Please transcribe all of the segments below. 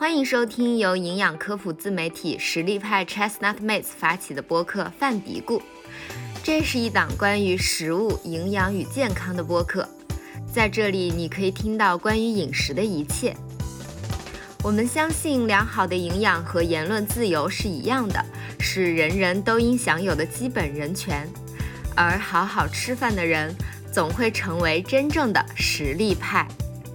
欢迎收听由营养科普自媒体实力派 Chestnut Mates 发起的播客饭嘀咕。这是一档关于食物、营养与健康的播客，在这里你可以听到关于饮食的一切。我们相信良好的营养和言论自由是一样的，是人人都应享有的基本人权。而好好吃饭的人，总会成为真正的实力派。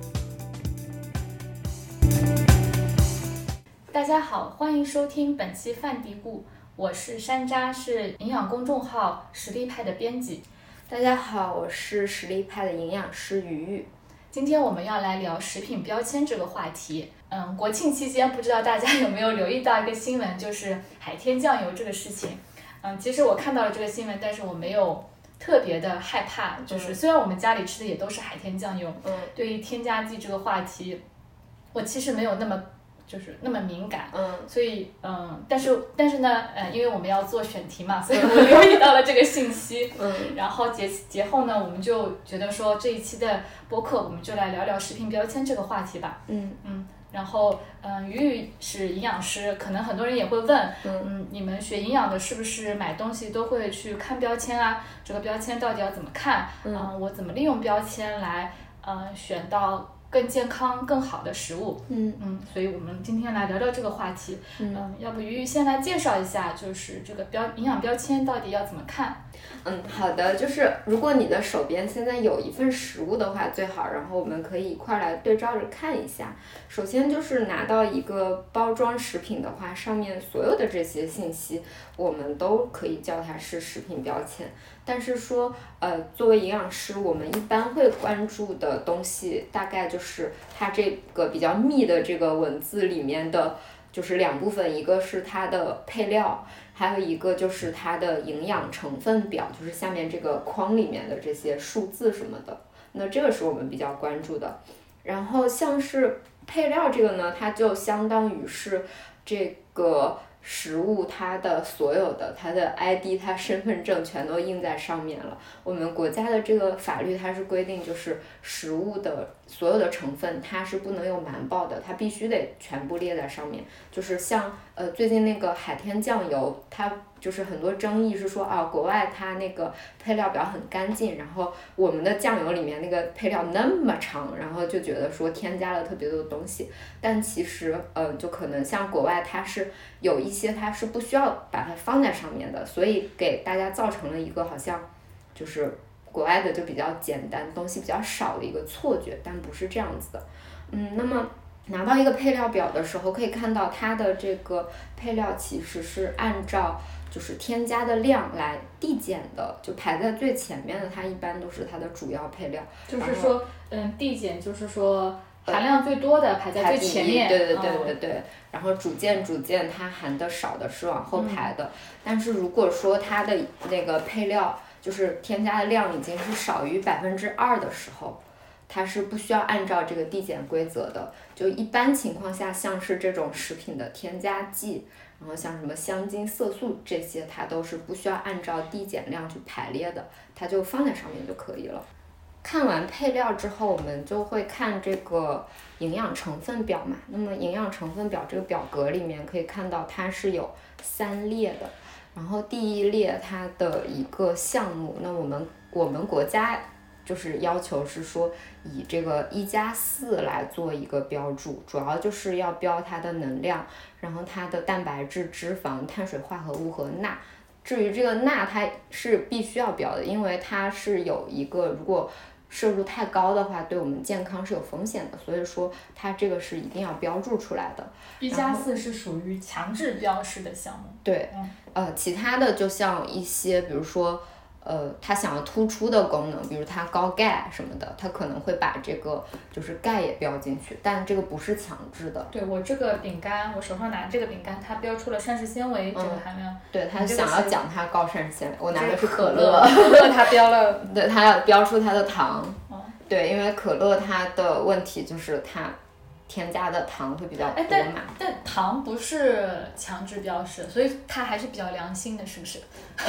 大家好，欢迎收听本期饭嘀咕，我是山楂，是营养公众号实力派的编辑。 大家好，我是实力派的营养师鱼鱼。 今天我们要来聊食品标签这个话题。国庆期间，不知道大家有没有留意到一个新闻，就是海天酱油这个事情。其实我看到了这个新闻，但是我没有特别的害怕，就是虽然我们家里吃的也都是海天酱油，对于添加剂这个话题，我其实没有那么敏感，所以但是呢，因为我们要做选题嘛，所以我留意到了这个信息，然后节后呢，我们就觉得说这一期的播客我们就来聊聊食品标签这个话题吧，然后鱼鱼是营养师，可能很多人也会问，你们学营养的是不是买东西都会去看标签啊？这个标签到底要怎么看？我怎么利用标签来选到更健康更好的食物，所以我们今天来聊聊这个话题。要不鱼鱼先来介绍一下，就是这个营养标签到底要怎么看？ 好的，就是如果你的手边现在有一份食物的话最好，然后我们可以一块来对照着看一下。首先就是拿到一个包装食品的话，上面所有的这些信息我们都可以叫它是食品标签。但是说作为营养师，我们一般会关注的东西大概就是它这个比较密的这个文字里面的就是两部分，一个是它的配料，还有一个就是它的营养成分表，就是下面这个框里面的这些数字什么的，那这个是我们比较关注的。然后像是配料这个呢，它就相当于是这个食物它的所有的它的 ID 它身份证全都印在上面了。我们国家的这个法律它是规定，就是食物的所有的成分它是不能有瞒报的，它必须得全部列在上面。就是像最近那个海天酱油，它就是很多争议是说国外它那个配料表很干净，然后我们的酱油里面那个配料那么长，然后就觉得说添加了特别多的东西。但其实就可能像国外它是有一些它是不需要把它放在上面的，所以给大家造成了一个好像就是国外的就比较简单，东西比较少的一个错觉，但不是这样子的。那么拿到一个配料表的时候，可以看到它的这个配料其实是按照就是添加的量来递减的，就排在最前面的它一般都是它的主要配料。 就是说递减就是说含量最多的排在最前面， 对，然后逐渐它含的少的是往后排的。但是如果说它的那个配料就是添加的量已经是少于2%的时候，它是不需要按照这个递减规则的。就一般情况下，像是这种食品的添加剂，然后像什么香精、色素这些，它都是不需要按照递减量去排列的，它就放在上面就可以了。看完配料之后，我们就会看这个营养成分表嘛。那么营养成分表这个表格里面可以看到它是有3列的，然后第一列它的一个项目，那我们国家就是要求是说以这个1+4来做一个标注，主要就是要标它的能量，然后它的蛋白质、脂肪、碳水化合物和钠。至于这个钠它是必须要标的，因为它是有一个如果摄入太高的话对我们健康是有风险的，所以说它这个是一定要标注出来的。 1+4是属于强制标示的项目。 对，其他的就像一些比如说它想要突出的功能，比如它高钙什么的，它可能会把这个就是钙也标进去，但这个不是强制的。 对，我这个饼干，我手上拿这个饼干，它标出了膳食纤维这个含量。 对，它想要讲它高膳食纤维。我拿的是可乐，可乐它标了， 对，它要标出它的糖。对，因为可乐它的问题就是它添加的糖会比较多嘛。 但糖不是强制标示，所以它还是比较良心的，是不是？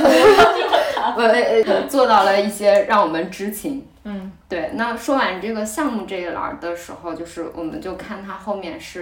做到了一些让我们知情。对。那说完这个项目这一栏的时候，就是我们就看它后面是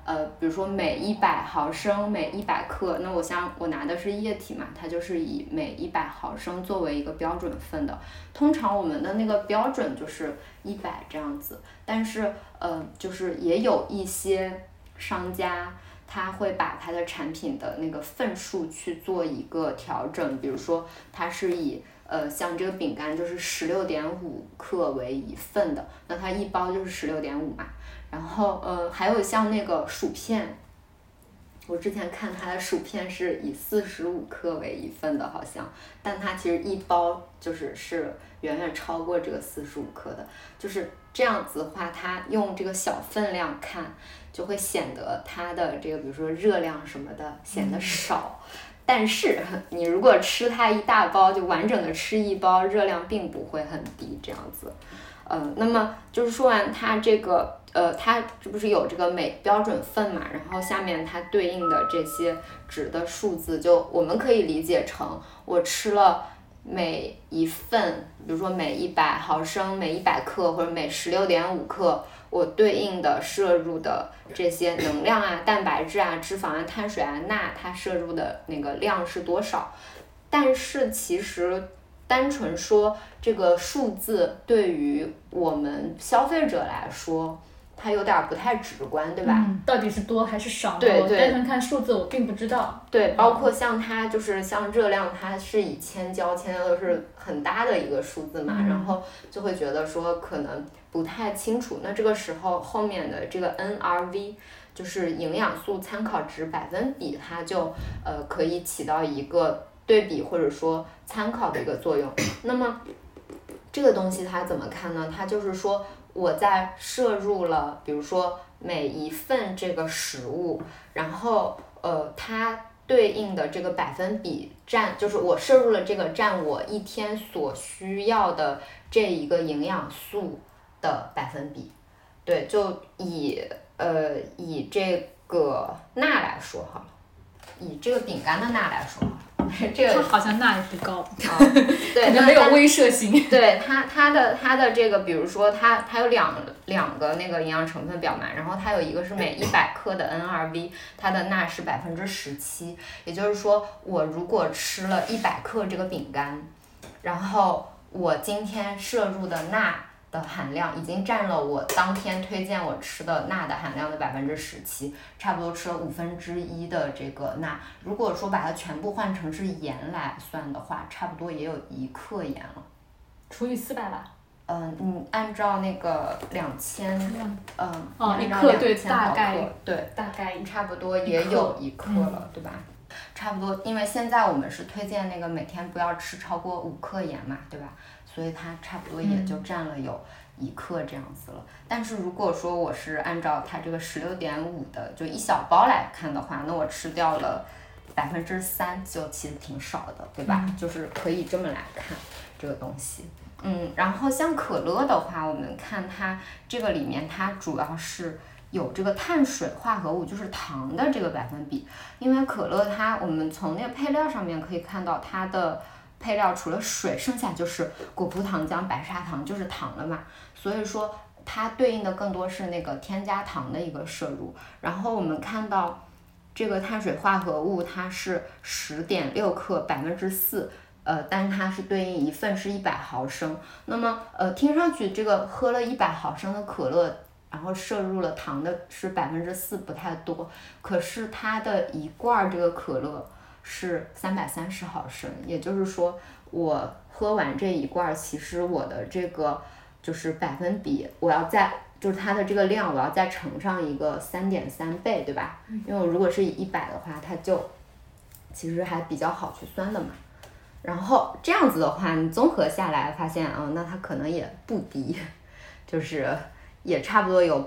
比如说每100毫升每100克，那我拿的是液体嘛，它就是以每100毫升作为一个标准分的。通常我们的那个标准就是100这样子，但是就是也有一些商家他会把他的产品的那个份数去做一个调整，比如说它是以像这个饼干就是16.5克为1份的，那它一包就是16.5嘛。然后还有像那个薯片，我之前看它的薯片是以45克为1份的，好像，但它其实一包是远远超过这个45克的，就是这样子的话，它用这个小分量看，就会显得它的这个比如说热量什么的显得少。但是你如果吃它一大包，就完整的吃一包，热量并不会很低，这样子。那么就是说完它这个，它这不是有这个每标准份嘛，然后下面它对应的这些值的数字，就我们可以理解成我吃了每一份，比如说每100毫升、每100克或者每16.5克，我对应的摄入的这些能量啊、蛋白质啊、脂肪啊、碳水啊、钠，它摄入的那个量是多少？但是其实单纯说这个数字对于我们消费者来说，它有点不太直观，对吧？ 到底是多还是少呢？ 对， 我单纯看数字我并不知道。 对，包括像它就是像热量，它是以千焦，千焦都是很大的一个数字嘛，然后就会觉得说可能不太清楚。那这个时候后面的这个 NRV 就是营养素参考值百分比，它就可以起到一个对比或者说参考的一个作用。那么这个东西它怎么看呢？它就是说我在摄入了比如说每一份这个食物，然后它对应的这个百分比占，就是我摄入了这个占我一天所需要的这一个营养素的百分比。对，就以这个钠来说好了，以这个饼干的钠来说好了。这个它好像钠也不高， 对， 可能没有威慑性。 对它的这个，比如说它有两个那个营养成分表嘛，然后它有一个是每100克的 NRV， 它的钠是17%，也就是说我如果吃了100克这个饼干，然后我今天摄入的钠的含量已经占了我当天推荐我吃的钠的含量的17%，差不多吃了1/5的这个钠。如果说把它全部换成是盐来算的话，差不多也有1克盐了。 除以400吧。 你按照那个2000， 一克对， 大概对， 大概差不多也有1克了，对吧？差不多，因为现在我们是推荐那个每天不要吃超过5克盐嘛，对吧？所以它差不多也就占了有1克这样子了。但是如果说我是按照它这个16.5的就一小包来看的话，那我吃掉了3%，就其实挺少的，对吧？就是可以这么来看这个东西。然后像可乐的话，我们看它这个里面它主要是有这个碳水化合物，就是糖的这个百分比。因为可乐我们从那个配料上面可以看到它的配料除了水，剩下就是果葡糖浆、白砂糖，就是糖了嘛。所以说它对应的更多是那个添加糖的一个摄入。然后我们看到这个碳水化合物它是10.6克4%。但是它是对应一份是100毫升，那么听上去这个喝了100毫升的可乐，然后摄入了糖的是4%，不太多。可是它的一罐这个可乐是330毫升，也就是说我喝完这一罐，其实我的这个就是百分比，我要就是它的这个量，我要再乘上一个3.3倍，对吧？因为我如果是以100的话，它就其实还比较好去算的嘛。然后这样子的话，你综合下来发现那它可能也不低，就是也差不多有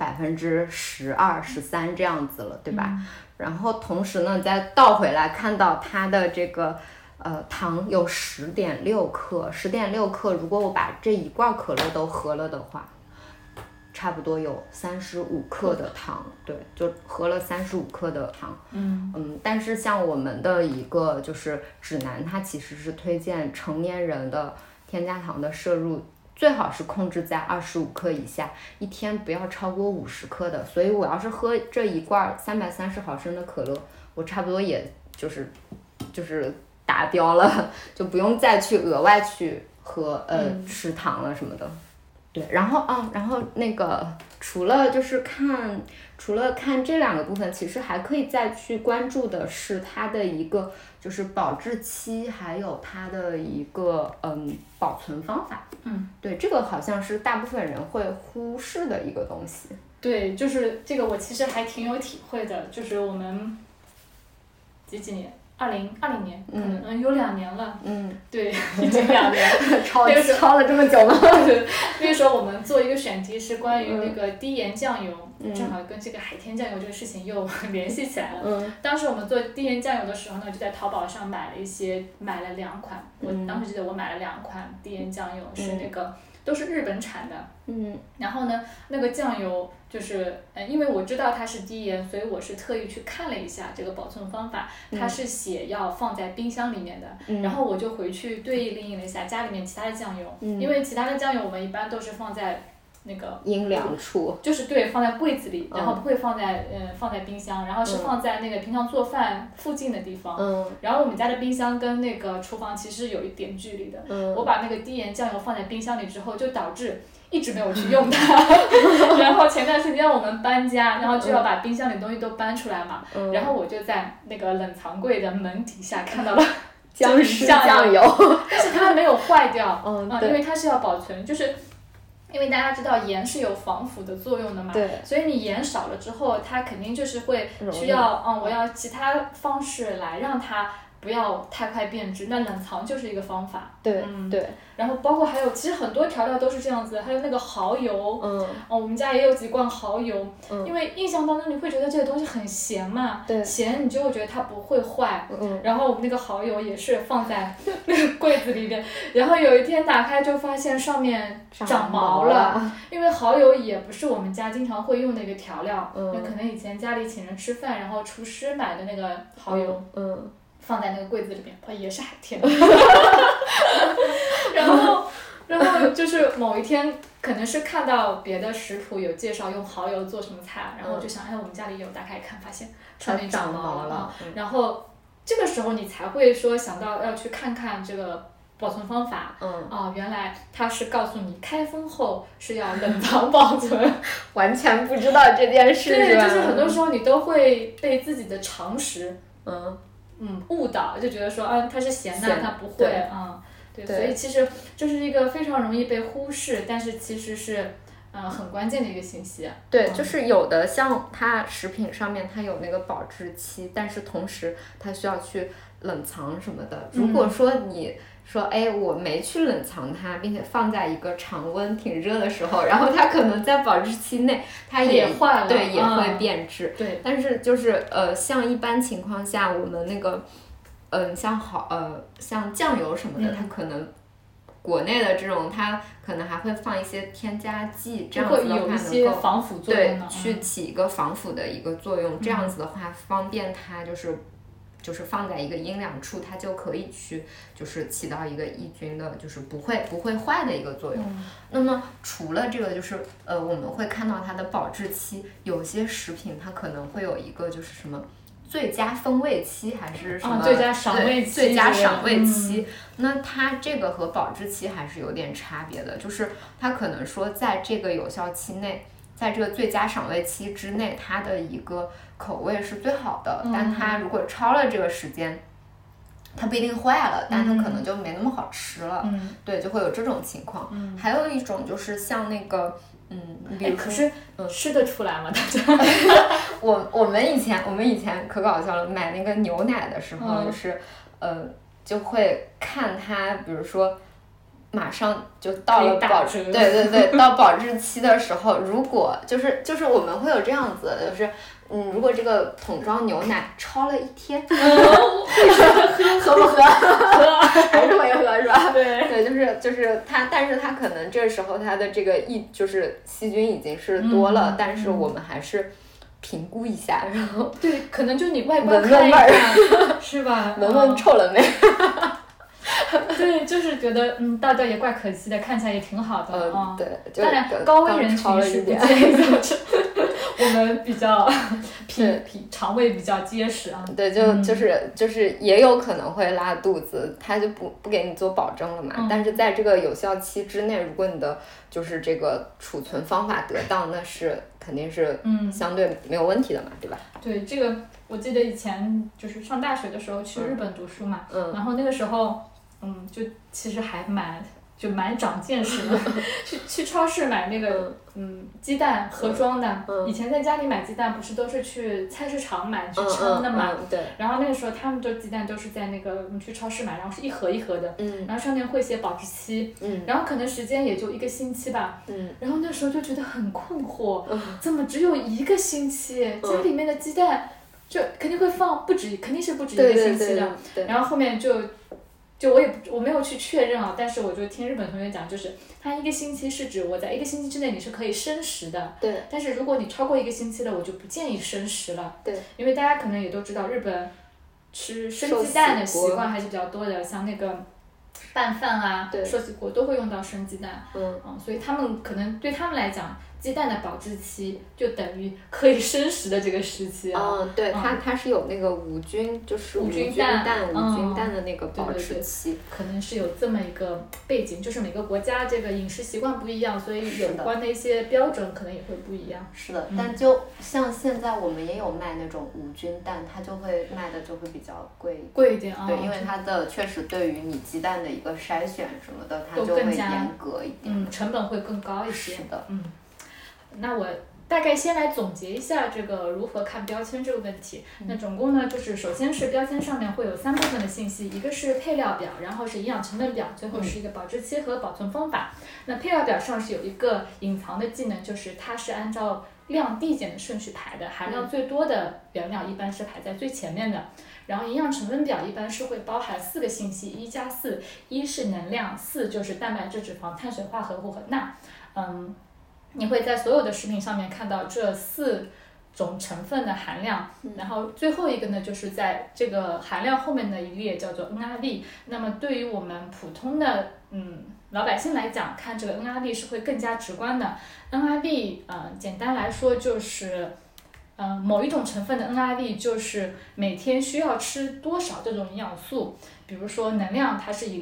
12%、13%这样子了，对吧？然后同时呢，再倒回来看到它的这个糖有10.6克，10.6克，如果我把这一罐可乐都喝了的话，差不多有35克的糖，对，就喝了35克的糖。但是像我们的一个就是指南，它其实是推荐成年人的添加糖的摄入最好是控制在25克以下，一天不要超过50克的。所以我要是喝这一罐330毫升的可乐，我差不多也就是达标了，就不用再去额外去喝吃糖了什么的。对，然后那个除了看这2个部分，其实还可以再去关注的是它的一个就是保质期，还有它的一个保存方法。对，这个好像是大部分人会忽视的一个东西。 对，就是这个我其实还挺有体会的，就是我们几年。2020年，可能有2年了。对，已经2年。 超了这么久吗？ 那个时候我们做一个选题是关于那个低盐酱油，正好跟这个海天酱油这个事情又联系起来了。当时我们做低盐酱油的时候呢，就在淘宝上买了2款。我当时记得我买了2款低盐酱油，是那个都是日本产的。然后呢，那个酱油就是因为我知道它是低盐，所以我是特意去看了一下这个保存方法，它是写要放在冰箱里面的。然后我就回去对应了一下家里面其他的酱油，因为其他的酱油我们一般都是放在那个阴凉处， 就是对，放在柜子里，然后不会放在冰箱，然后是放在那个平常做饭附近的地方。然后我们家的冰箱跟那个厨房其实有一点距离的。我把那个低盐酱油放在冰箱里之后，就导致一直没有去用它。然后前段时间我们搬家，然后就要把冰箱里的东西都搬出来嘛。然后我就在那个冷藏柜的门底下看到了姜丝酱油， 但是它没有坏掉。因为它是要保存，就是因为大家知道盐是有防腐的作用的嘛，所以你盐少了之后，它肯定就是会需要我要其他方式来让它不要太快变质，那冷藏就是一个方法。 对， 然后包括还有其实很多调料都是这样子，还有那个蚝油。我们家也有几罐蚝油。因为印象当中你会觉得这个东西很咸嘛，咸你就会觉得它不会坏。然后我们那个蚝油也是放在那个柜子里边，然后有一天打开就发现上面长毛了。因为蚝油也不是我们家经常会用的一个调料，那可能以前家里请人吃饭，然后厨师买的那个蚝油。放在那个柜子里边，也是海天的。然后就是某一天，可能是看到别的食谱有介绍用蚝油做什么菜，然后我就想，我们家里有，打开一看，发现上面长毛了。然后这个时候你才会说想到要去看看这个保存方法。原来它是告诉你开封后是要冷藏保存。 完全不知道这件事。 对，就是很多时候你都会被自己的常识。误导，就觉得说它是咸的，它不会。对，所以其实这是一个非常容易被忽视，但是其实是很关键的一个信息。 对，就是有的像它食品上面它有那个保质期，但是同时它需要去冷藏什么的。如果说你说我没去冷藏它，并且放在一个常温挺热的时候，然后它可能在保质期内它也坏了， 对，也会变质。 对， 但是就是像一般情况下，我们那个像酱油什么的，它可能国内的这种它可能还会放一些添加剂，这样子的话有一些防腐作用的， 去起一个防腐的一个作用。这样子的话方便它就是放在一个阴凉处，它就可以去就是起到一个抑菌的，就是不会坏的一个作用。那么除了这个，就是我们会看到它的保质期，有些食品它可能会有一个就是什么最佳风味期还是什么最佳赏味期， 最佳赏味期。那它这个和保质期还是有点差别的，就是它可能说在这个有效期内，在这个最佳赏味期之内，它的一个口味是最好的。但它如果超了这个时间，它不一定坏了，但它可能就没那么好吃了。对，就会有这种情况。还有一种就是像那个比如说可是吃得出来吗？大家我们以前可搞笑了，买那个牛奶的时候，就是就会看它，比如说马上就到了到保质期的时候，如果就是我们会有这样子，就是如果这个桶装牛奶超了1天，喝不喝？喝，还是会喝是吧？对，就是它，但是它可能这时候它的这个就是细菌已经是多了，但是我们还是评估一下，然后对，可能就你外观看一看，是吧？ 闻闻臭了没？ 对，就是觉得倒掉也怪可惜的，看起来也挺好的对， 当然高危人群是不建议造成。我们比较肠胃比较结实啊。 对，就是也有可能会拉肚子，他就不给你做保证了嘛。但是在这个有效期之内，如果你的就是这个储存方法得当，那是肯定是相对没有问题的嘛，对吧？ 对，这个我记得以前就是上大学的时候去日本读书嘛，然后那个时候就其实还蛮长见识的。去超市买那个鸡蛋盒装的，以前在家里买鸡蛋不是都是去菜市场买去称的嘛， 对。 然后那个时候他们的鸡蛋都是在那个去超市买，然后是一盒一盒的，然后上面会写保质期，然后可能时间也就1个星期吧，然后那时候就觉得很困惑，怎么只有1个星期？家里面的鸡蛋就肯定会放肯定是不止1个星期的，然后后面就我没有去确认啊，但是我就听日本同学讲，就是他1个星期是指我在1个星期之内你是可以生食的， 对。 但是如果你超过1个星期了，我就不建议生食了， 对。 因为大家可能也都知道，日本吃生鸡蛋的习惯还是比较多的，像那个拌饭啊、寿喜锅都会用到生鸡蛋，所以他们可能对他们来讲，鸡蛋的保质期就等于可以生食的这个时期啊。 对，它是有那个无菌，就是无菌蛋的那个保质期。 对，可能是有这么一个背景，就是每个国家这个饮食习惯不一样，所以有关的一些标准可能也会不一样。 是的，但就像现在我们也有卖那种无菌蛋，它就会卖的就会比较贵一点啊。 对，因为它的确实对于你鸡蛋的一个筛选什么的，它就会严格一点， 成本会更高一些。 是的， 那我大概先来总结一下这个如何看标签这个问题。那总共呢，就是首先是标签上面会有3部分的信息，一个是配料表，然后是营养成分表，最后是一个保质期和保存方法。那配料表上是有一个隐藏的技能，就是它是按照量递减的顺序排的，含量最多的原料一般是排在最前面的。然后营养成分表一般是会包含4个信息，1+4，一是能量，4就是蛋白质、脂肪、碳水化合物和钠。你会在所有的食品上面看到这4种成分的含量，然后最后一个呢，就是在这个含量后面的一列叫做 NRV。那么对于我们普通的老百姓来讲，看这个 NRV 是会更加直观的。NRV 简单来说就是某一种成分的 NRV 就是每天需要吃多少这种营养素，比如说能量它是以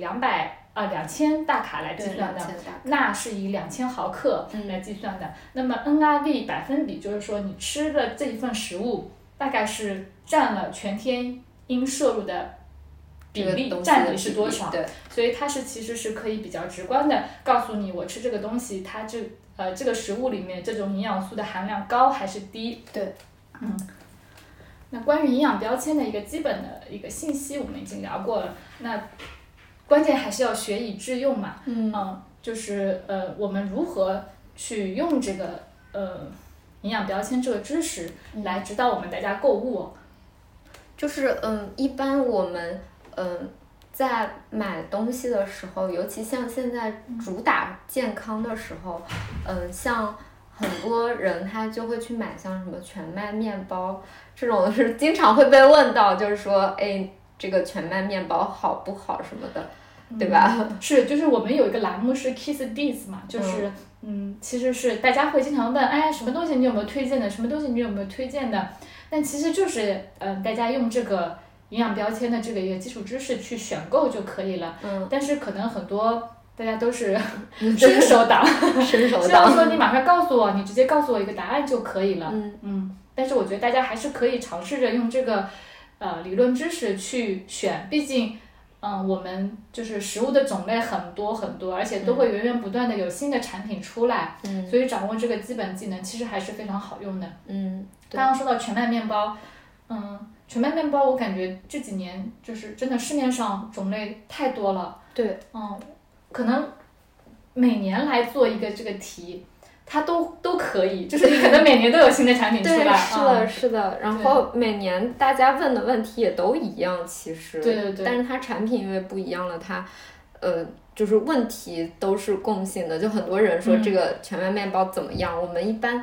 2000大卡来计算的，钠是以2000毫克来计算的。那么 NRV 百分比就是说你吃的这一份食物大概是占了全天应摄入的比例，占比是多少？所以它其实是可以比较直观的告诉你，我吃这个东西，它这个食物里面这种营养素的含量高还是低？ 对， 那关于营养标签的一个基本的一个信息，我们已经聊过了。那关键还是要学以致用嘛，就是我们如何去用这个营养标签这个知识来指导我们大家购物。 就是一般我们在买东西的时候，尤其像现在主打健康的时候，像很多人他就会去买像什么全麦面包这种，是经常会被问到，就是说，哎，这个全麦面包好不好什么的，对吧？ 是，就是我们有一个栏目是 Kiss This 嘛，就是其实是大家会经常问，哎，什么东西你有没有推荐的？什么东西你有没有推荐的？但其实就是大家用这个营养标签的这个一个基础知识去选购就可以了。但是可能很多大家都是伸手党，希望说你马上告诉我，你直接告诉我一个答案就可以了。但是我觉得大家还是可以尝试着用这个理论知识去选，毕竟我们就是食物的种类很多很多，而且都会源源不断的有新的产品出来，所以掌握这个基本技能其实还是非常好用的。刚刚说到全麦面包，全麦面包我感觉这几年就是真的市面上种类太多了。 对， 可能每年来做一个这个题，它都可以，就是你可能每年都有新的产品出来。 对，是的，是的。然后每年大家问的问题也都一样，其实。 对。 但是它产品因为不一样了，它就是问题都是共性的。就很多人说这个全麦面包怎么样，我们一般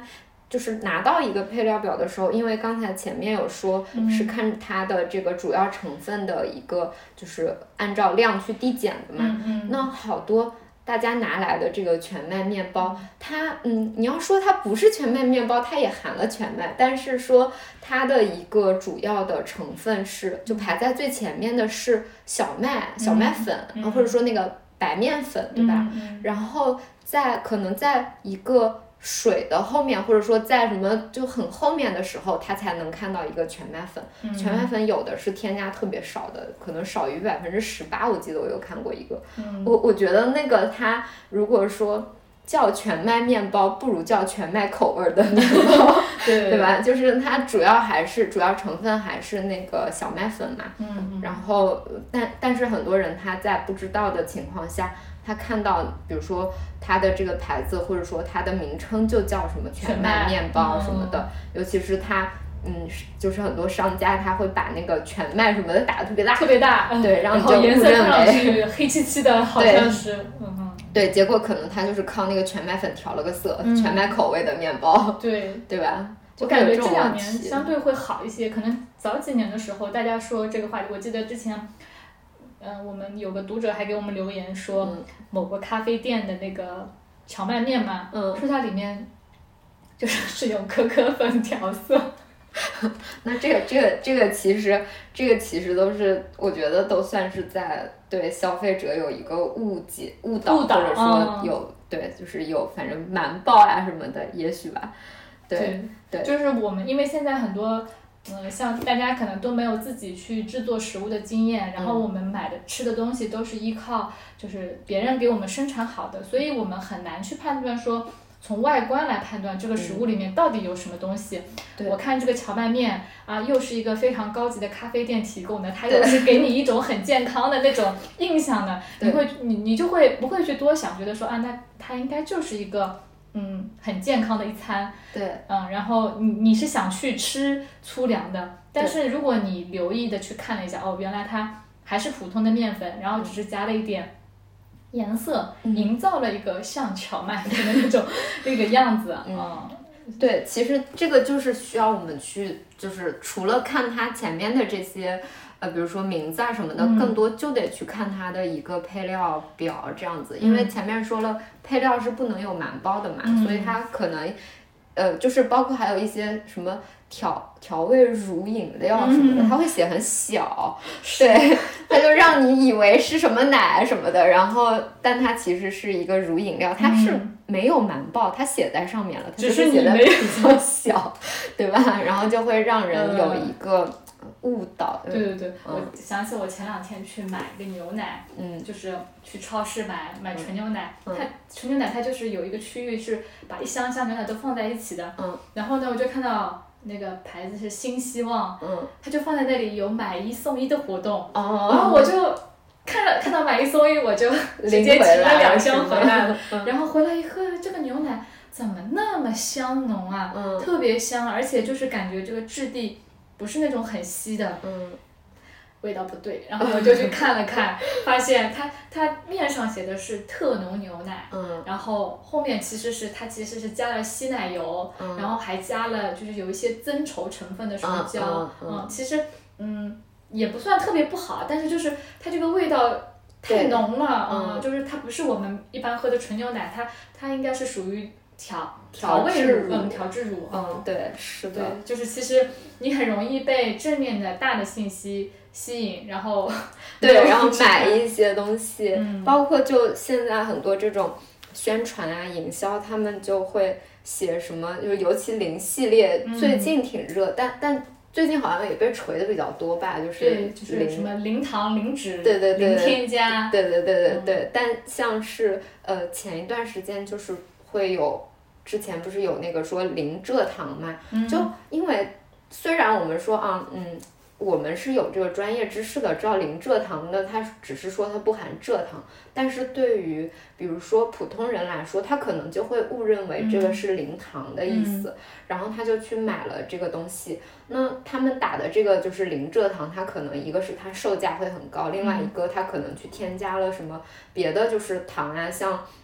就是拿到一个配料表的时候，因为刚才前面有说是看它的这个主要成分的一个，就是按照量去递减的嘛。那好多大家拿来的这个全麦面包，它你要说它不是全麦面包，它也含了全麦，但是说它的一个主要的成分是，就排在最前面的是小麦粉，或者说那个白面粉，对吧？然后可能在一个水的后面，或者说在什么就很后面的时候，它才能看到一个全麦粉。全麦粉有的是添加特别少的，可能少于18%，我记得我有看过一个。我觉得那个它如果说叫全麦面包，不如叫全麦口味的面包，对吧？就是它主要成分还是那个小麦粉嘛。然后但是很多人他在不知道的情况下，他看到比如说它的这个牌子，或者说它的名称就叫什么全麦面包什么的，尤其是它就是很多商家他会把那个全麦什么的打得特别大，对，然后颜色看上去黑漆漆的，好像是， 对，结果可能它就是靠那个全麦粉调了个色，全麦口味的面包，对吧？ 我感觉这2年相对会好一些，可能早几年的时候大家说这个话题，我记得之前我们有个读者还给我们留言说，某个咖啡店的那个荞麦面嘛，说它里面就是用可可粉调色。 那这个其实都是我觉得都算是在对消费者有一个误导，或者说对，就是有反正瞒报啊什么的，也许吧。对， 就是我们因为现在很多像大家可能都没有自己去制作食物的经验，然后我们买的吃的东西都是依靠就是别人给我们生产好的，所以我们很难去判断说从外观来判断这个食物里面到底有什么东西。我看这个荞麦面啊，又是一个非常高级的咖啡店提供的，它又是给你一种很健康的那种印象的，你就会不会去多想，觉得说那它应该就是一个很健康的一餐。 对， 然后你是想去吃粗粮的，但是如果你留意的去看了一下，原来它还是普通的面粉，然后只是加了一点颜色，营造了一个像荞麦面的那个样子。 对，其实这个就是需要我们去，就是除了看它前面的这些比如说名字啊什么的，更多就得去看它的一个配料表这样子，因为前面说了配料是不能有瞒报的嘛，所以它可能就是包括还有一些什么调味乳饮料什么的，它会写很小，对，它就让你以为是什么奶什么的，然后但它其实是一个乳饮料，它是没有瞒报，它写在上面了，它就是写的比较小，对吧？然后就会让人有一个误导。 对，我想起我前2天去买一个牛奶，就是去超市买纯牛奶，它纯牛奶它就是有一个区域是把一箱牛奶都放在一起的，然后呢我就看到那个牌子是新希望，它就放在那里有买1送1的活动，然后我就看到买1送1，我就直接提了2箱回来了，然后回来一喝，这个牛奶怎么那么香浓啊，特别香，而且就是感觉这个质地不是那种很稀的，味道不对，然后我就去看了看，发现它面上写的是特浓牛奶，然后后面其实是加了稀奶油，然后还加了就是有一些增稠成分的什么胶，其实也不算特别不好，但是就是它这个味道太浓了，就是它不是我们一般喝的纯牛奶，它应该是属于调味乳，调制乳， 对，是的， 对，就是其实你很容易被正面的大的信息吸引，然后对，然后买一些东西，包括就现在很多这种宣传啊、营销，他们就会写什么，就是尤其零系列最近挺热，但最近好像也被锤的比较多吧，就是什么零糖、零脂、 对零添加， 对，但像是前一段时间就是会有，之前不是有那个说零蔗糖嘛，就因为虽然我们说我们是有这个专业知识的，知道零蔗糖的，它只是说它不含蔗糖，但是对于比如说普通人来说，他可能就会误认为这个是零糖的意思，然后他就去买了这个东西。那他们打的这个就是零蔗糖，它可能一个是它售价会很高，另外一个它可能去添加了什么别的就是糖啊，像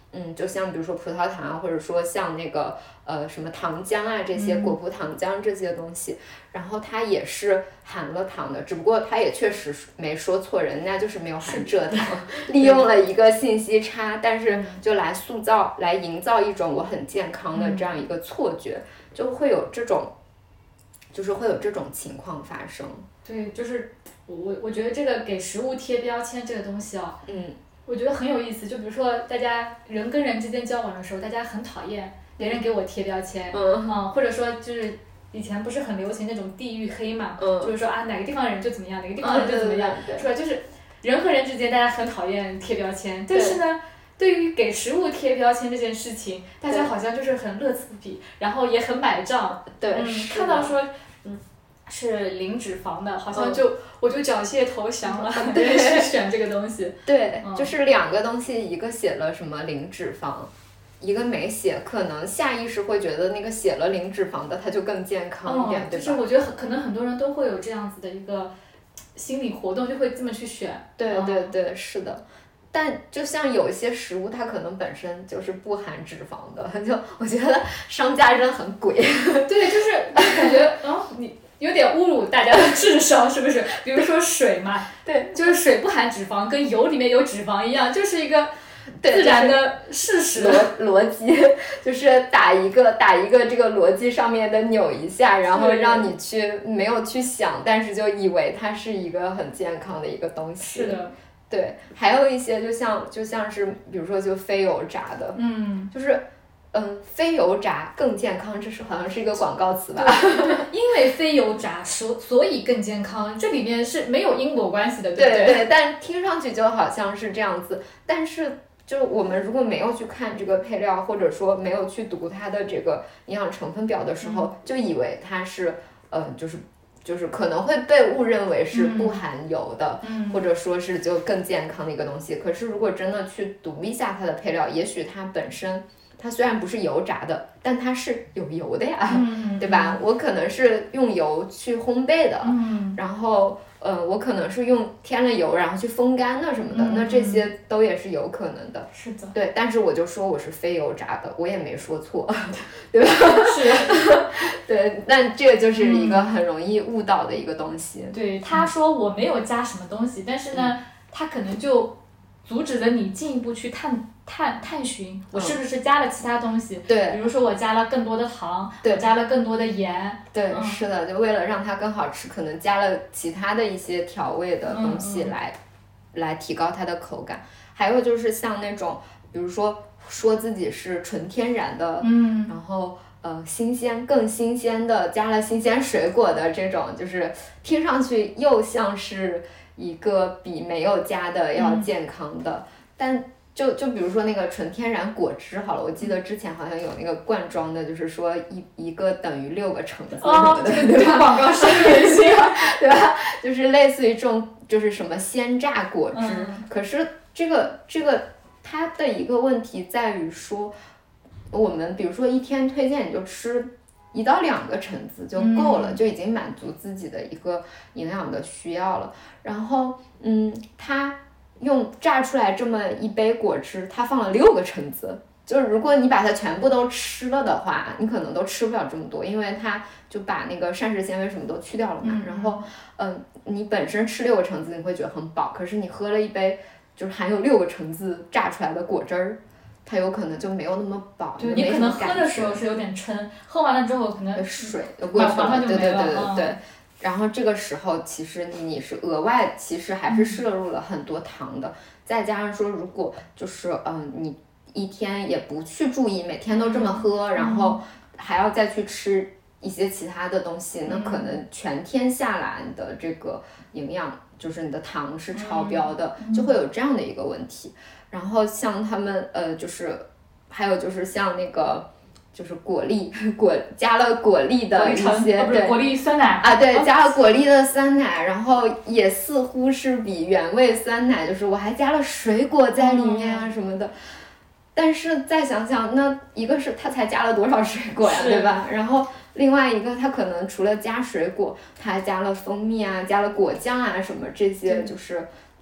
就像比如说葡萄糖啊，或者说像那个什么糖浆啊这些果葡糖浆这些东西，然后它也是含了糖的，只不过它也确实没说错，人家就是没有含蔗糖，利用了一个信息差，但是就来营造一种我很健康的这样一个错觉，就会有这种情况发生。 对，就是我觉得这个给食物贴标签这个东西啊，我觉得很有意思。就比如说大家人跟人之间交往的时候，大家很讨厌别人给我贴标签，或者说就是以前不是很流行那种地域黑嘛，就是说啊哪个地方人就怎么样，哪个地方人就怎么样，是吧？就是人和人之间大家很讨厌贴标签，但是呢，对于给食物贴标签这件事情，大家好像就是很乐此不疲，然后也很买账。 对， 看到说是零脂肪的，好像我就缴械投降了，去选这个东西。 对，就是两个东西，一个写了什么零脂肪，一个没写，可能下意识会觉得那个写了零脂肪的它就更健康一点，对吧？ 就是我觉得可能很多人都会有这样子的一个心理活动，就会这么去选。 对对对，是的。但就像有一些食物，它可能本身就是不含脂肪的，就我觉得商家真的很鬼。 对，就是感觉你有点侮辱大家的智商，是不是？比如说水嘛， 对， 就是水不含脂肪，跟油里面有脂肪一样，就是一个自然的事实。 逻辑就是打一个这个逻辑上面的扭一下，然后让你没有去想，但是就以为它是一个很健康的一个东西。 是的。 对，还有一些就像是比如说就非油炸的，就是非油炸更健康，这是好像是一个广告词吧？ 对，因为非油炸所以更健康，这里面是没有因果关系的，对不对？对，但听上去就好像是这样子，但是就我们如果没有去看这个配料，或者说没有去读它的这个营养成分表的时候，就以为它是就是可能会被误认为是不含油的，或者说是就更健康的一个东西。可是如果真的去读一下它的配料，也许它本身它虽然不是油炸的，但它是有油的呀，对吧？我可能是用油去烘焙的，然后我可能是添了油然后去风干的什么的，那这些都也是有可能的。 是的。 对，但是我就说我是非油炸的，我也没说错，对吧？ 是。 对，但这个就是一个很容易误导的一个东西。 对，他说我没有加什么东西，但是呢，他可能就阻止了你进一步去探寻我是不是加了其他东西。 对， 比如说我加了更多的糖， 对， 我加了更多的盐。 对，是的，就为了让它更好吃，可能加了其他的一些调味的东西来提高它的口感。还有就是像那种，比如说自己是纯天然的，然后更新鲜的，加了新鲜水果的这种，就是听上去又像是一个比没有加的要健康的，但就比如说那个纯天然果汁好了，我记得之前好像有那个罐装的，就是说一个等于6个橙子什么的， 对吧？广告深入人心， 对吧？就是类似于这种，就是什么鲜榨果汁，可是这个它的一个问题在于说，我们比如说一天推荐你就吃1到2个橙子就够了，就已经满足自己的一个营养的需要了。然后它用榨出来这么一杯果汁，它放了6个橙子，就是如果你把它全部都吃了的话，你可能都吃不了这么多，因为它就把那个膳食纤维什么都去掉了嘛。然后你本身吃6个橙子你会觉得很饱，可是你喝了一杯就是含有6个橙子榨出来的果汁儿，它有可能就没有那么饱。 对，你可能喝的时候是有点撑，喝完了之后可能水就过去了。 对对对对对。然后这个时候其实你是额外其实还是摄入了很多糖的，再加上说如果就是你一天也不去注意每天都这么喝，然后还要再去吃一些其他的东西，那可能全天下来你的这个营养就是你的糖是超标的，就会有这样的一个问题。然后像他们就是还有就是像那个就是加了果粒的一些， 对，果粒酸奶啊，对，加了果粒的酸奶，然后也似乎是比原味酸奶，就是我还加了水果在里面啊什么的。但是再想想，那一个是它才加了多少水果呀，对吧？然后另外一个它可能除了加水果，它还加了蜂蜜啊，加了果酱啊什么这些，就是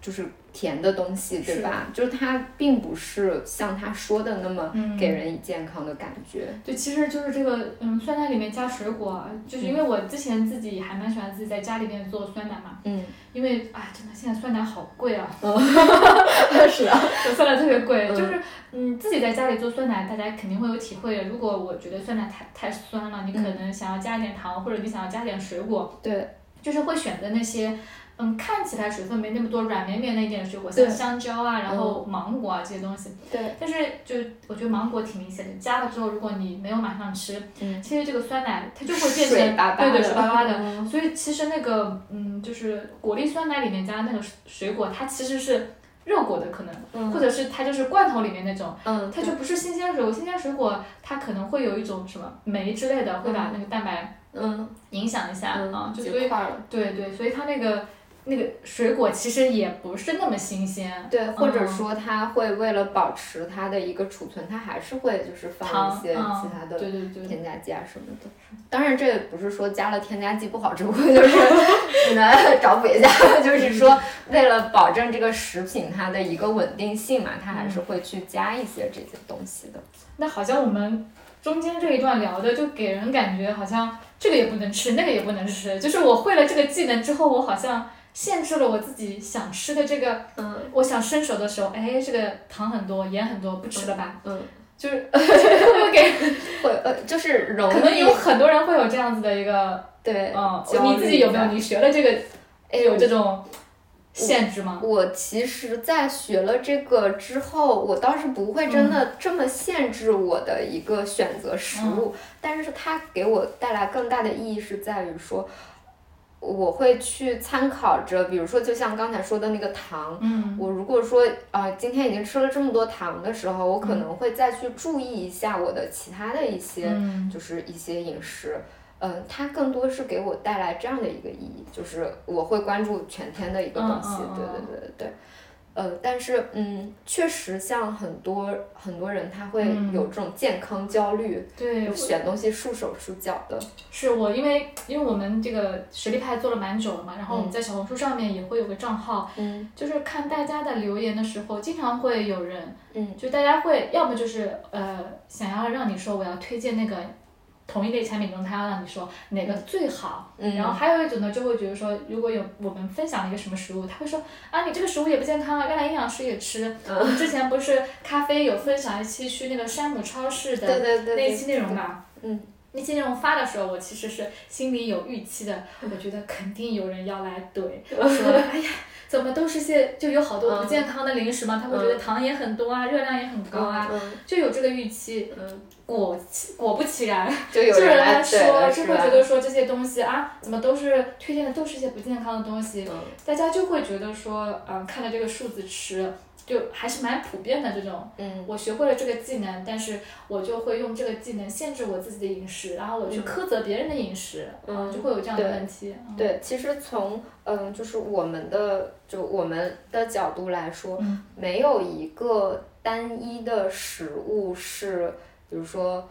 就是甜的东西，对吧？就是它并不是像他说的那么给人以健康的感觉。 对，其实就是这个酸奶里面加水果，就是因为我之前自己还蛮喜欢自己在家里面做酸奶嘛。因为真的现在酸奶好贵啊。 是啊， 酸奶特别贵，就是自己在家里做酸奶，大家肯定会有体会的。如果我觉得酸奶太酸了，你可能想要加一点糖，或者你想要加点水果， 对， 就是会选择那些看起来水分没那么多、软绵绵的一点水果，像香蕉啊，然后芒果啊这些东西。 对。 但是我觉得芒果挺明显的，加了之后，如果你没有马上吃，其实这个酸奶它就会变成水巴巴的， 对，水巴巴的。所以其实那个就是果粒酸奶里面加的那个水果，它其实是热果的可能，或者是它就是罐头里面那种，它就不是新鲜水果。新鲜水果它可能会有一种什么酶之类的，会把那个蛋白影响一下就所以对，所以它那个水果其实也不是那么新鲜。 对，或者说它会为了保持它的一个储存，它还是会就是放一些其他的添加剂啊什么的。当然这也不是说加了添加剂不好吃，我就是找补一下，就是说为了保证这个食品它的一个稳定性嘛，它还是会去加一些这些东西的。 那好像我们中间这一段聊的就给人感觉好像这个也不能吃，那个也不能吃，就是我会了这个技能之后，我好像限制了我自己想吃的这个，我想伸手的时候，这个糖很多，盐很多，不吃了吧？就是会给就是容易， 可能有很多人会有这样子的一个对， 你自己有没有？你学了这个，有这种限制吗？ 我其实在学了这个之后，我倒是不会真的这么限制我的一个选择食物，但是它给我带来更大的意义是在于说，我会去参考着，比如说就像刚才说的那个糖，我如果说今天已经吃了这么多糖的时候，我可能会再去注意一下我的其他的一些，就是一些饮食。它更多是给我带来这样的一个意义，就是我会关注全天的一个东西，对。但是确实像很多人他会有这种健康焦虑， 对， 选东西束手束脚的。 是我因为我们这个实力派做了蛮久了嘛，然后我们在小红书上面也会有个账号，就是看大家的留言的时候，经常会有人，就大家会要么就是想要让你说我要推荐那个同一类产品中，他要让你说哪个最好，然后还有一种呢，就会觉得说，如果有我们分享了一个什么食物，他会说你这个食物也不健康啊，原来营养师也吃。我们之前不是咖啡有分享一期去那个山姆超市的那一期内容嘛，那期内容发的时候，我其实是心里有预期的，我觉得肯定有人要来怼，说哎呀。怎么都是些就有好多不健康的零食嘛，他会觉得糖也很多啊，热量也很高啊，就有这个预期。果不其然，就有人来说，就会觉得说这些东西怎么都是推荐的都是一些不健康的东西，大家就会觉得说，看着这个数字吃。就还是蛮普遍的这种，我学会了这个技能，但是我就会用这个技能限制我自己的饮食，然后我去苛责别人的饮食，就会有这样的问题。 对，其实从就是我们的角度来说，没有一个单一的食物是，比如说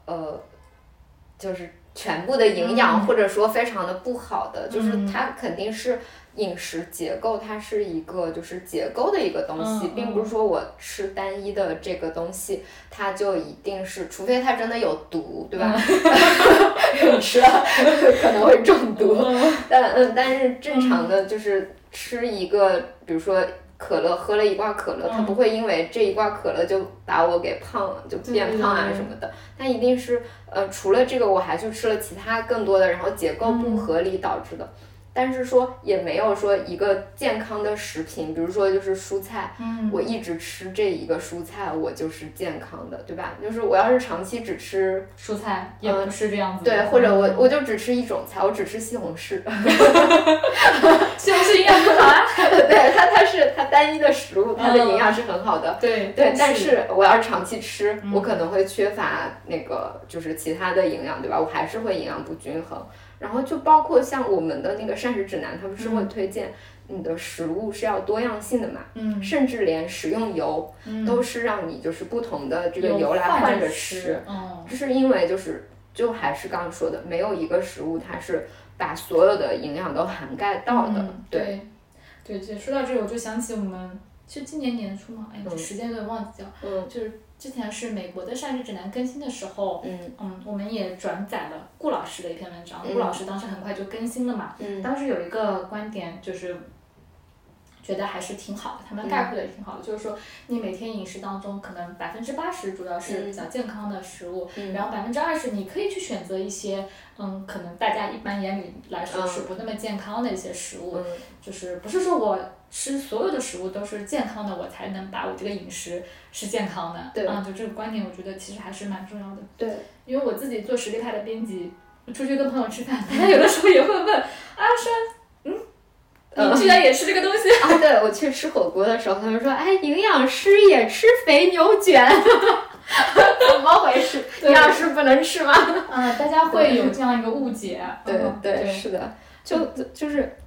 就是全部的营养，或者说非常的不好的，就是它肯定是。饮食结构它是一个就是结构的一个东西，并不是说我吃单一的这个东西它就一定是，除非它真的有毒，对吧？你吃了可能会中毒，但是正常的就是吃一个，比如说可乐，喝了一罐可乐，它不会因为这一罐可乐就把我给胖了，就变胖啊什么的，它一定是除了这个我还去吃了其他更多的，然后结构不合理导致的。但是说也没有说一个健康的食品，比如说就是蔬菜，我一直吃这一个蔬菜，我就是健康的，对吧？就是我要是长期只吃蔬菜，也不是这样子的。 对，或者我就只吃一种菜，我只吃西红柿， 西红柿营养很好啊。 对，它单一的食物，它的营养是很好的。 对， 但是我要是长期吃，我可能会缺乏那个就是其他的营养，对吧？我还是会营养不均衡。然后就包括像我们的那个膳食指南，它不是会推荐你的食物是要多样性的嘛，甚至连食用油都是让你就是不同的这个油来换着吃，就是因为就还是刚刚说的，没有一个食物它是把所有的营养都涵盖到的，对。 对，说到这个我就想起我们是今年年初嘛，哎，时间有点忘记了，就是之前是美国的膳食指南更新的时候，我们也转载了顾老师的一篇文章，顾老师当时很快就更新了嘛，当时有一个观点就是觉得还是挺好的，他们概括的也挺好的，就是说你每天饮食当中可能80%主要是比较健康的食物，然后20%你可以去选择一些可能大家一般眼里来说是不那么健康的一些食物，就是不是说我吃所有的食物都是健康的，我才能把我这个饮食是健康的， 对， 就这个观点我觉得其实还是蛮重要的。 对， 因为我自己做实力派的编辑，出去跟朋友吃饭，大家有的时候也会问你居然也吃这个东西啊？对，我去吃火锅的时候，他们说，哎，营养师也吃肥牛卷，怎么回事？营养师不能吃吗？ 大家会有这样一个误解。 对，是的，就是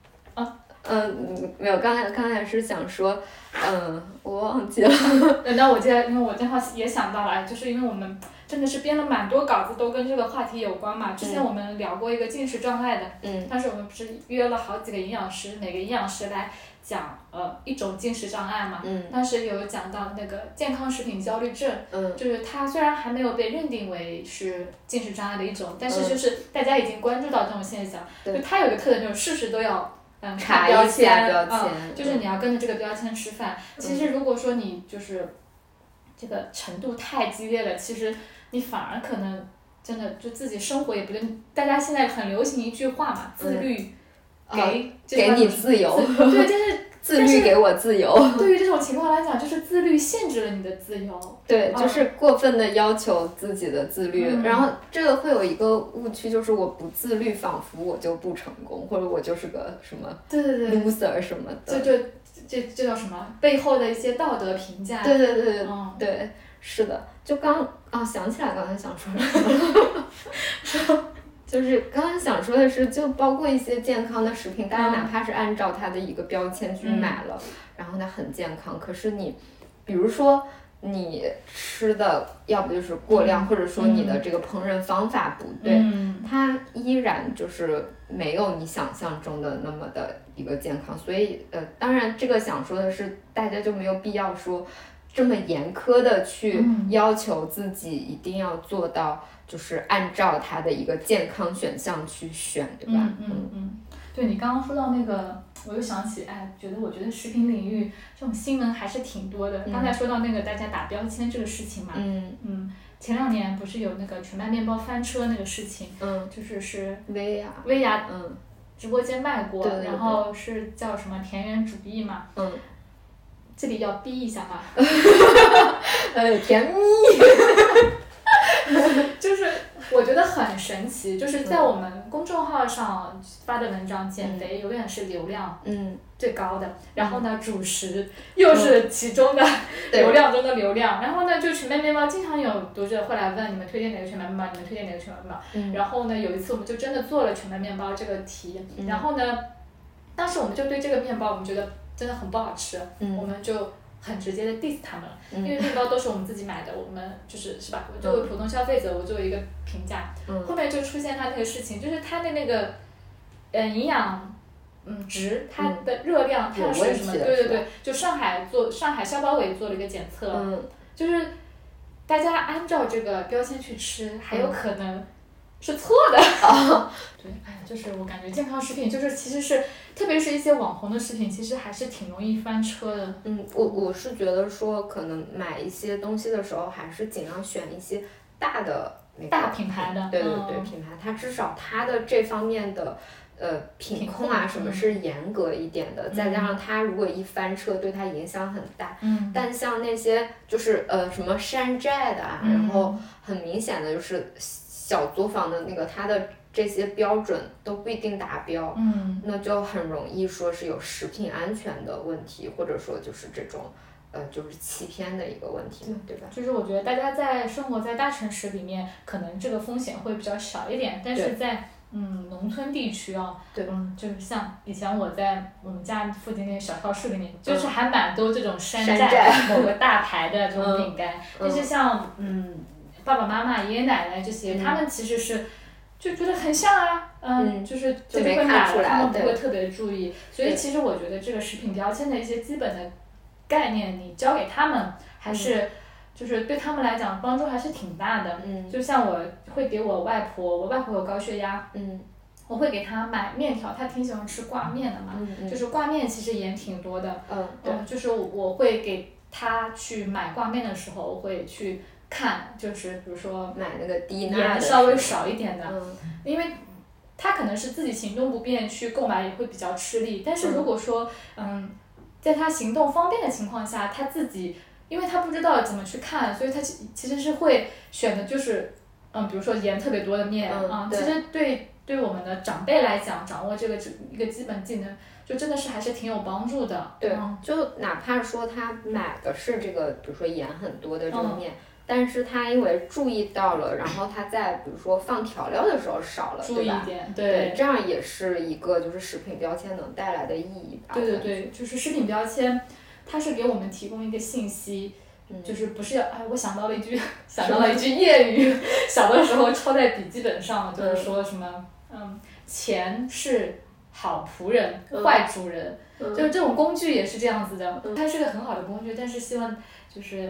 没有，刚才是想说，我忘记了。 那我因为我正好也想到了，就是因为我们真的是编了蛮多稿子，都跟这个话题有关嘛。之前我们聊过一个进食障碍的，当时我们不是约了好几个营养师，每个营养师来讲一种进食障碍嘛。当时有讲到那个健康食品焦虑症，就是它虽然还没有被认定为是进食障碍的一种，但是就是大家已经关注到这种现象，就它有个特点就是事事都要。 查一下标签， 就是你要跟着这个标签吃饭。其实如果说你就是这个程度太激烈了，其实你反而可能真的就自己生活也不对。大家现在很流行一句话嘛，自律给你自由， 对，就是自律给我自由。 对于这种情况来讲，就是自律限制了你的自由。 对，就是过分的要求自己的自律，然后这个会有一个误区，就是我不自律，仿佛我就不成功，或者我就是个什么对 loser 什么的。 这叫什么？背后的一些道德评价。 对，对，是的。就想起来刚才想说什么。就是刚才想说的是，就包括一些健康的食品，大家哪怕是按照它的一个标签去买了，然后它很健康，可是你，比如说你吃的要不就是过量，或者说你的这个烹饪方法不对，它依然就是没有你想象中的那么的一个健康。所以当然这个想说的是，大家就没有必要说这么严苛的去要求自己一定要做到。就是按照它的一个健康选项去选，对吧？ 对，你刚刚说到那个，我又想起，我觉得食品领域这种新闻还是挺多的。刚才说到那个大家打标签这个事情嘛，前2年不是有那个全麦面包翻车那个事情，就是薇娅直播间卖过，然后是叫什么田园主义嘛，这里要逼一下吧， 甜蜜。 就是我觉得很神奇，就是在我们公众号上发的文章，减肥永远是流量最高的，然后呢主食又是其中的流量中的流量，然后呢就全麦面包经常有读者会来问你们推荐哪个全麦面包，你们推荐哪个全麦面包，然后呢有一次我们就真的做了全麦面包这个题，然后呢当时我们就对这个面包我们觉得真的很不好吃，我们就很直接的 diss 他们了，因为面包都是我们自己买的，我们是吧？我作为普通消费者，我作为一个评价，后面就出现他那个事情，就是他的那个营养值，它的热量，它是什么？对，就上海消保委做了一个检测，就是大家按照这个标签去吃，还有可能是错的。对，就是我感觉健康食品就是其实是，特别是一些网红的食品，其实还是挺容易翻车的。 我是觉得说，可能买一些东西的时候，还是尽量选一些大的大品牌的。 对，品牌，它至少它的这方面的品控啊什么是严格一点的，再加上它如果一翻车，对它影响很大。但像那些就是什么山寨的啊，然后很明显的就是小作坊的那个，它的这些标准都不一定达标，那就很容易说是有食品安全的问题，或者说就是这种就是欺骗的一个问题，对吧？ 就是我觉得大家在生活在大城市里面，可能这个风险会比较小一点，但是在农村地区对， 就是像以前我在我们家附近那个小超市里面，就是还蛮多这种山寨某个大牌的这种饼干，但是像爸爸妈妈、爷爷奶奶这些，他们其实是就觉得很像啊，就是就这部分买了他们不会对特别注意，所以其实我觉得这个食品标签的一些基本的概念，你教给他们还是。就是对他们来讲帮助还是挺大的，就像我会给我外婆有高血压，我会给她买面条，她挺喜欢吃挂面的嘛，就是挂面其实盐挺多的，就是我会给她去买挂面的时候，我会去看，就是比如说买那个低钠盐稍微少一点的，因为她可能是自己行动不便去购买也会比较吃力，但是如果说在她行动方便的情况下，她自己。因为他不知道怎么去看，所以他其实是会选的就是，比如说盐特别多的面其实对我们的长辈来讲，掌握这个一个基本技能，就真的是还是挺有帮助的。 对，就哪怕说他买的是这个，比如说盐很多的这个面，但是他因为注意到了，然后他在比如说放调料的时候少了， 注意一点， 对，这样也是一个就是食品标签能带来的意义吧。 对，就是食品标签。它是给我们提供一个信息，就是不是我想到了一句谚语，小的时候抄在笔记本上，就是说什么钱是好仆人，坏主人，就是这种工具也是这样子的，它是个很好的工具，但是希望就是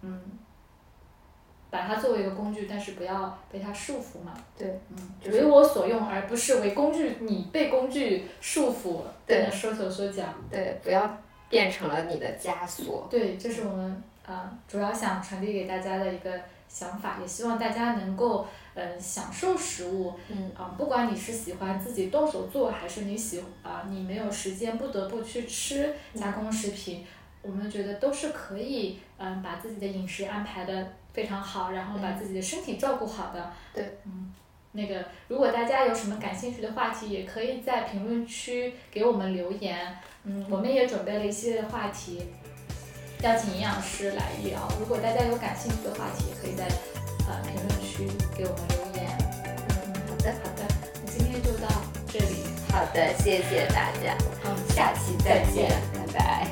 把它作为一个工具，但是不要被它束缚嘛。 对， 为我所用，而不是为工具你被工具束缚，在那说手说脚。 对，不要。变成了你的枷锁。 对，这是我们主要想传递给大家的一个想法，也希望大家能够享受食物。不管你是喜欢自己动手做，还是你没有时间不得不去吃加工食品，我们觉得都是可以把自己的饮食安排的非常好，然后把自己的身体照顾好的。 对， 那个，如果大家有什么感兴趣的话题，也可以在评论区给我们留言。我们也准备了一系列的话题，邀请营养师来聊。如果大家有感兴趣的话题，也可以在评论区给我们留言。 好的， 那今天就到这里。 好的，谢谢大家。下期再见，拜拜。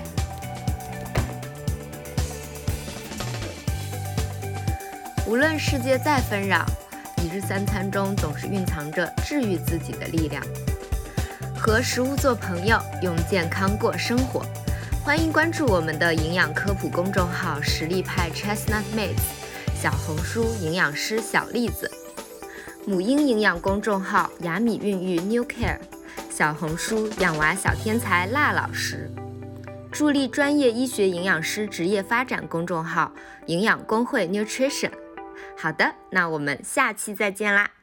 无论世界再纷扰，一日三餐中总是蕴藏着治愈自己的力量。和食物做朋友，用健康过生活。欢迎关注我们的营养科普公众号实力派 Chestnut Mates， 小红书营养师小栗子，母婴营养公众号雅米孕育 New Care， 小红书养娃小天才辣老师，助力专业医学营养师职业发展公众号营养公会 Nutrition。好的，那我们下期再见啦。